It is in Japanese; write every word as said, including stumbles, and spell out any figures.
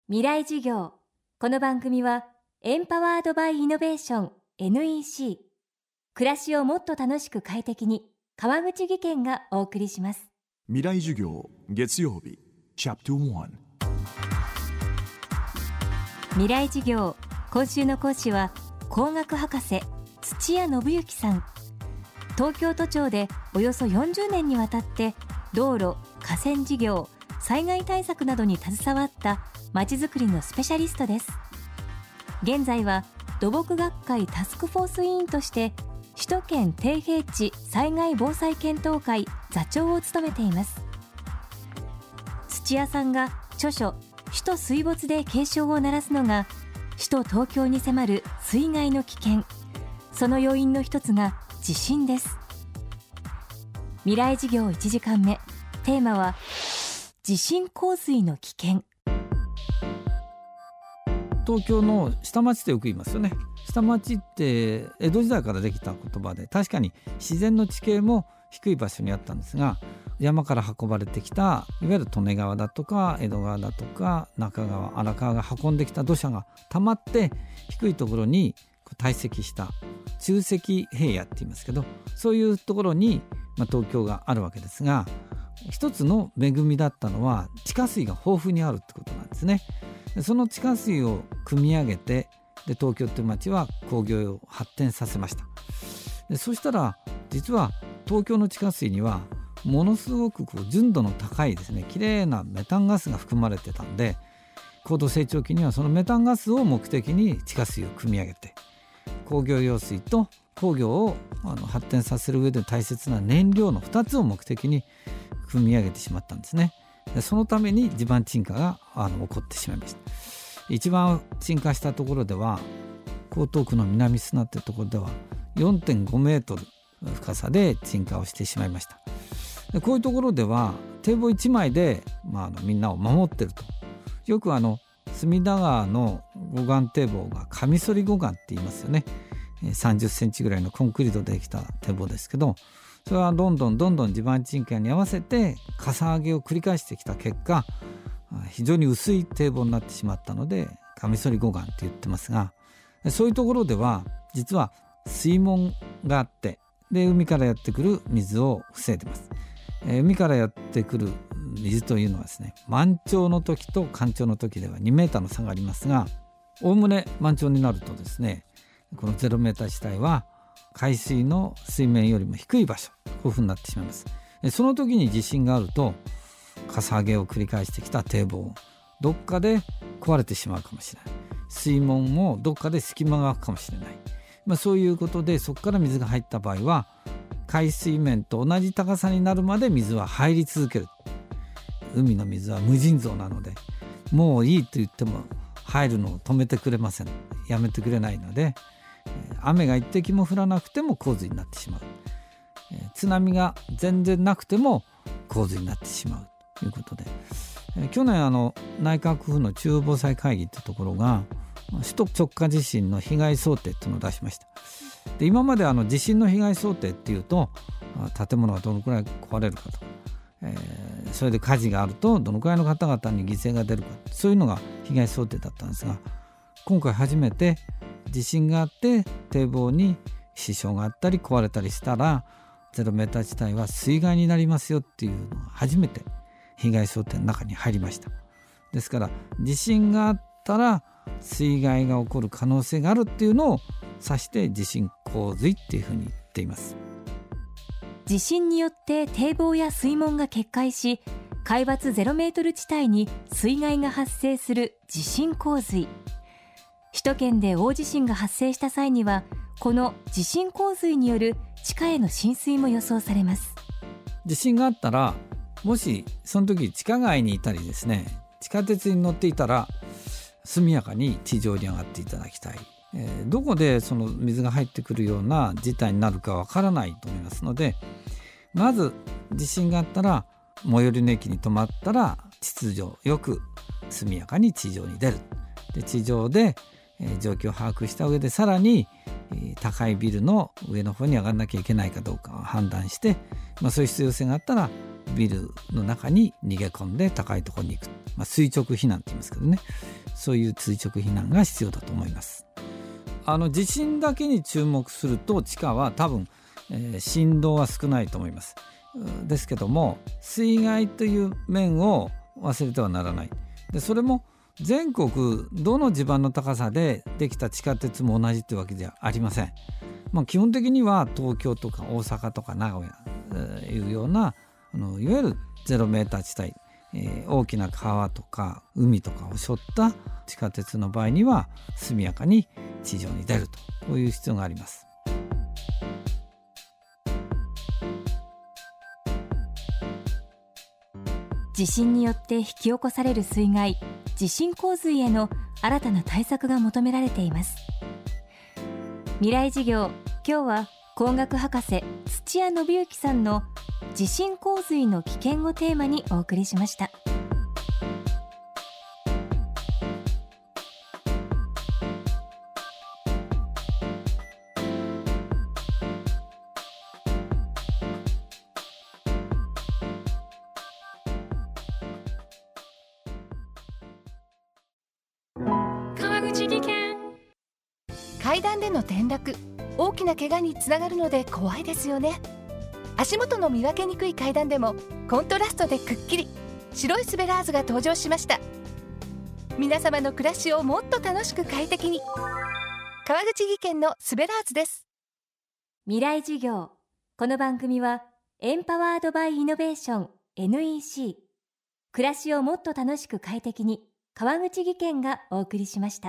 未来授業。この番組はエンパワードバイイノベーション エヌイーシー 暮らしをもっと楽しく快適に川口義賢がお送りします。 未来授業月曜日チャプターワン未来授業、今週の講師は工学博士土屋信之さん。東京都庁でおよそよんじゅうねんにわたって道路・河川事業、災害対策などに携わったまちづくりのスペシャリストです。現在は土木学会タスクフォース委員として首都圏低平地災害防災検討会座長を務めています。土屋さんが著書首都水没で警鐘を鳴らすのが首都東京に迫る水害の危険。その要因の一つが地震です。未来授業いちじかんめ、テーマは地震洪水の危険。 東京の下町ってよく言いますよね。下町って江戸時代からできた言葉で、確かに自然の地形も低い場所にあったんですが、山から運ばれてきたいわゆる利根川だとか江戸川だとか中川荒川が運んできた土砂が溜まって低いところに堆積した中積平野って言いますけど、そういうところに、まあ、東京があるわけですが、一つの恵みだったのは地下水が豊富にあるってことなんですね。でその地下水を汲み上げて、で東京という町は工業を発展させました。でそしたら実は東京の地下水にはものすごくこう純度の高いですね、きれいなメタンガスが含まれてたんで、高度成長期にはそのメタンガスを目的に地下水を汲み上げて、工業用水と工業をあの発展させる上で大切な燃料のふたつを目的に汲み上げてしまったんですね。でそのために地盤沈下があの起こってしまいました。一番沈下したところでは江東区の南砂というところでは よんてんごメートル深さで沈下をしてしまいました。でこういうところでは堤防いちまいで、まあ、あのみんなを守ってると。よくあの隅田川の護岸堤防がカミソリ護岸って言いますよね。さんじゅっセンチぐらいのコンクリートでできた堤防ですけど、それはどんどんどんどん地盤沈下に合わせてかさ上げを繰り返してきた結果、非常に薄い堤防になってしまったのでカミソリ護岸って言ってますが、そういうところでは実は水門があって、で海からやってくる水を防いでます。えー、海からやってくる水というのはですね、満潮の時と干潮の時ではにメーターの差がありますが、おおむね満潮になるとですね、このゼロメーター地帯は海水の水面よりも低い場所、こういうふうになってしまいます。その時に地震があるとかさ上げを繰り返してきた堤防、どっかで壊れてしまうかもしれない。水門もどっかで隙間が空くかもしれない。まあ、そういうことでそこから水が入った場合は海水面と同じ高さになるまで水は入り続ける。海の水は無尽蔵なので、もういいと言っても入るのを止めてくれません。やめてくれないので、雨が一滴も降らなくても洪水になってしまう。津波が全然なくても洪水になってしまうということで、去年あの内閣府の中央防災会議というところが首都直下地震の被害想定というのを出しました。で今まであの地震の被害想定っていうと、建物がどのくらい壊れるかとか、えー、それで火事があるとどのくらいの方々に犠牲が出るか、そういうのが被害想定だったんですが、今回初めて地震があって堤防に支障があったり壊れたりしたらゼロメーター地帯は水害になりますよっていうのが初めて被害想定の中に入りました。ですから地震があったら水害が起こる可能性があるっていうのを指して地震洪水っていうふうに言っています。 地震によって堤防や水門が決壊し、海抜ゼロメートル地帯に水害が発生する地震洪水。首都圏で大地震が発生した際には、この地震洪水による地下への浸水も予想されます。 地震があったら、もしその時地下街にいたりですね、地下鉄に乗っていたら速やかに地上に上がっていただきたい。えー、どこでその水が入ってくるような事態になるかわからないと思いますので、まず地震があったら最寄りの駅に止まったら秩序よく速やかに地上に出る。で地上で、えー、状況を把握した上でさらに、えー、高いビルの上の方に上がらなきゃいけないかどうかを判断して、まあ、そういう必要性があったらビルの中に逃げ込んで高いところに行く、まあ、垂直避難って言いますけどね、 そういう垂直避難が必要だと思います。あの地震だけに注目すると地下は多分、えー、振動は少ないと思います。ですけども水害という面を忘れてはならない。でそれも全国どの地盤の高さでできた地下鉄も同じというわけではありません。まあ、基本的には東京とか大阪とか名古屋というようなあのいわゆるゼロメーター地帯、えー、大きな川とか海とかを背負った地下鉄の場合には速やかに地上に出るとこういう必要があります。 地震によって引き起こされる水害、地震洪水への新たな対策が求められています。未来事業、今日は工学博士土屋信之さんの地震洪水の危険をテーマにお送りしました。 川口技研。階段での転落、大きな怪我につながるので怖いですよね。足元の見分けにくい階段でもコントラストでくっきり白いスベラーズが登場しました。皆様の暮らしをもっと楽しく快適に、川口技研のスベラーズです。 未来事業、この番組はエンパワードバイイノベーション エヌイーシー、 暮らしをもっと楽しく快適に、川口技研がお送りしました。